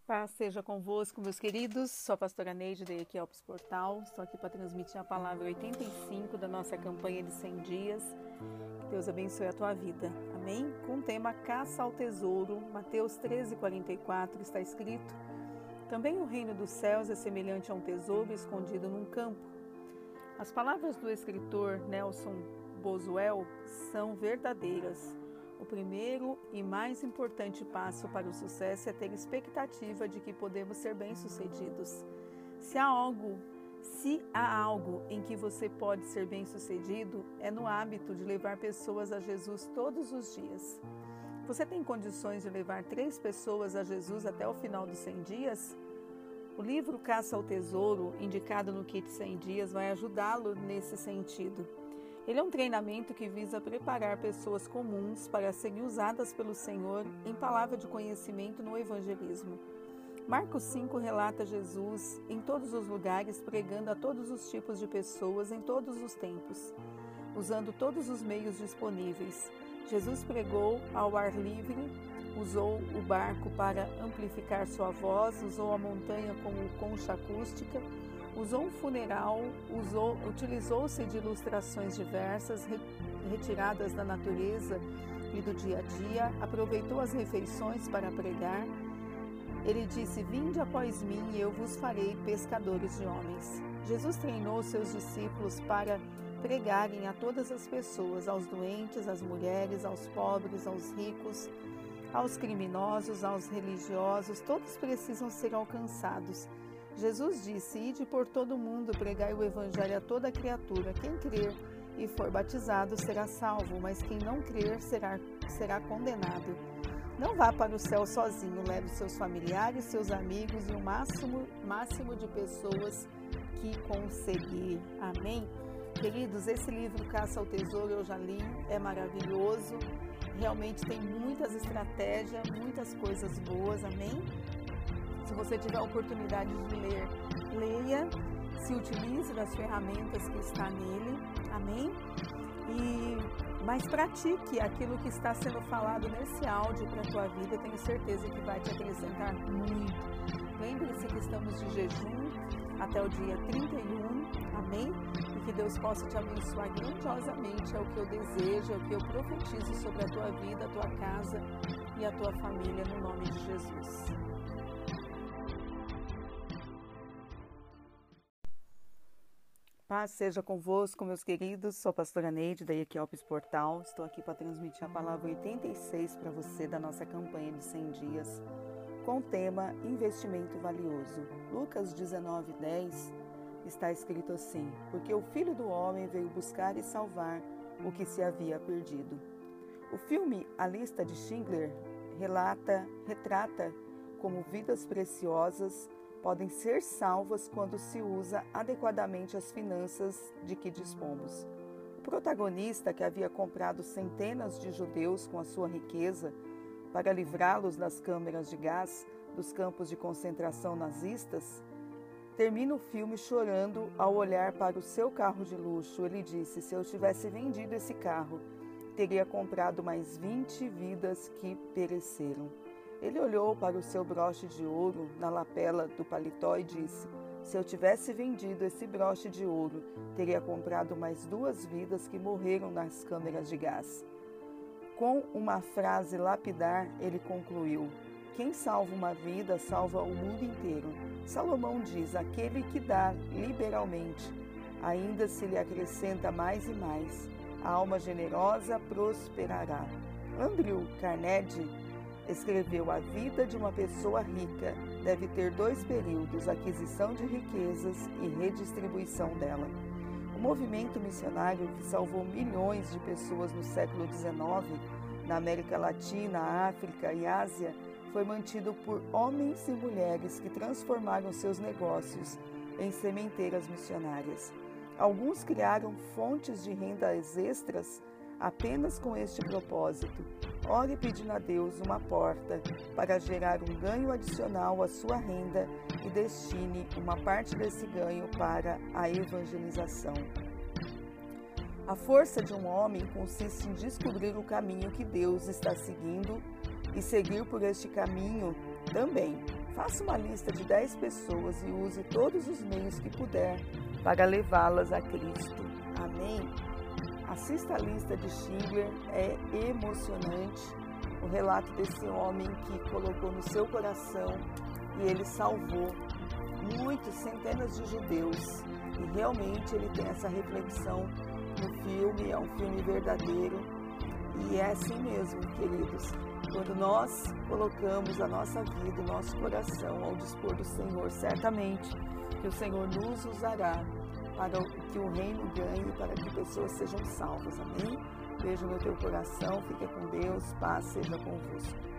Paz seja convosco, meus queridos. Sou a pastora Neide da Equiopes Portal. Estou aqui para transmitir a palavra 85 da nossa campanha de 100 dias. Que Deus abençoe a tua vida. Amém? Com o tema Caça ao Tesouro, Mateus 13:44 está escrito: também o reino dos céus é semelhante a um tesouro escondido num campo. As palavras do escritor Nelson Boswell são verdadeiras. O primeiro e mais importante passo para o sucesso é ter expectativa de que podemos ser bem-sucedidos. Se há algo em que você pode ser bem-sucedido, é no hábito de levar pessoas a Jesus todos os dias. Você tem condições de levar 3 pessoas a Jesus até o final dos 100 dias? O livro Caça ao Tesouro, indicado no kit 100 dias, vai ajudá-lo nesse sentido. Ele é um treinamento que visa preparar pessoas comuns para serem usadas pelo Senhor em palavra de conhecimento no evangelismo. Marcos 5 relata Jesus em todos os lugares pregando a todos os tipos de pessoas em todos os tempos, usando todos os meios disponíveis. Jesus pregou ao ar livre, usou o barco para amplificar sua voz, usou a montanha como concha acústica, usou um funeral, utilizou-se de ilustrações diversas, retiradas da natureza e do dia a dia, aproveitou as refeições para pregar. Ele disse: vinde após mim e eu vos farei pescadores de homens. Jesus treinou seus discípulos para pregarem a todas as pessoas, aos doentes, às mulheres, aos pobres, aos ricos, aos criminosos, aos religiosos, todos precisam ser alcançados. Jesus disse: ide por todo o mundo, pregai o evangelho a toda criatura. Quem crer e for batizado será salvo, mas quem não crer será condenado. Não vá para o céu sozinho, leve seus familiares, seus amigos e o máximo de pessoas que conseguir. Amém? Queridos, esse livro Caça ao Tesouro eu já li, é maravilhoso, realmente tem muitas estratégias, muitas coisas boas, amém? Se você tiver a oportunidade de ler, leia, se utilize das ferramentas que está nele, amém? Mas pratique aquilo que está sendo falado nesse áudio para a tua vida, tenho certeza que vai te acrescentar muito. Lembre-se que estamos de jejum até o dia 31, amém? E que Deus possa te abençoar grandiosamente, é o que eu desejo, é o que eu profetizo sobre a tua vida, a tua casa e a tua família, no nome de Jesus. Paz seja convosco, meus queridos. Sou a pastora Neide da Equiopes Portal. Estou aqui para transmitir a palavra 86 para você da nossa campanha de 100 dias com o tema Investimento Valioso. Lucas 19:10 está escrito assim: porque o Filho do Homem veio buscar e salvar o que se havia perdido. O filme A Lista de Schindler retrata como vidas preciosas podem ser salvas quando se usa adequadamente as finanças de que dispomos. O protagonista, que havia comprado centenas de judeus com a sua riqueza para livrá-los das câmeras de gás dos campos de concentração nazistas, termina o filme chorando ao olhar para o seu carro de luxo. Ele disse: se eu tivesse vendido esse carro, teria comprado mais 20 vidas que pereceram. Ele olhou para o seu broche de ouro na lapela do paletó e disse: se eu tivesse vendido esse broche de ouro, teria comprado mais 2 vidas que morreram nas câmeras de gás. Com uma frase lapidar, ele concluiu: quem salva uma vida, salva o mundo inteiro. Salomão diz: aquele que dá liberalmente, ainda se lhe acrescenta mais e mais. A alma generosa prosperará. Andrew Carnegie escreveu: a vida de uma pessoa rica deve ter 2 períodos, aquisição de riquezas e redistribuição dela. O movimento missionário que salvou milhões de pessoas no século XIX, na América Latina, África e Ásia, foi mantido por homens e mulheres que transformaram seus negócios em sementeiras missionárias. Alguns criaram fontes de rendas extras apenas com este propósito. Ore pedindo a Deus uma porta para gerar um ganho adicional à sua renda e destine uma parte desse ganho para a evangelização. A força de um homem consiste em descobrir o caminho que Deus está seguindo e seguir por este caminho também. Faça uma lista de 10 pessoas e use todos os meios que puder para levá-las a Cristo. Amém? Assista a lista de Schindler, é emocionante o relato desse homem que colocou no seu coração e ele salvou muitos, centenas de judeus. E realmente ele tem essa reflexão no filme, é um filme verdadeiro. E é assim mesmo, queridos. Quando nós colocamos a nossa vida, o nosso coração ao dispor do Senhor, certamente que o Senhor nos usará para que o reino ganhe, para que pessoas sejam salvas. Amém? Beijo no teu coração, fica com Deus, paz seja convosco.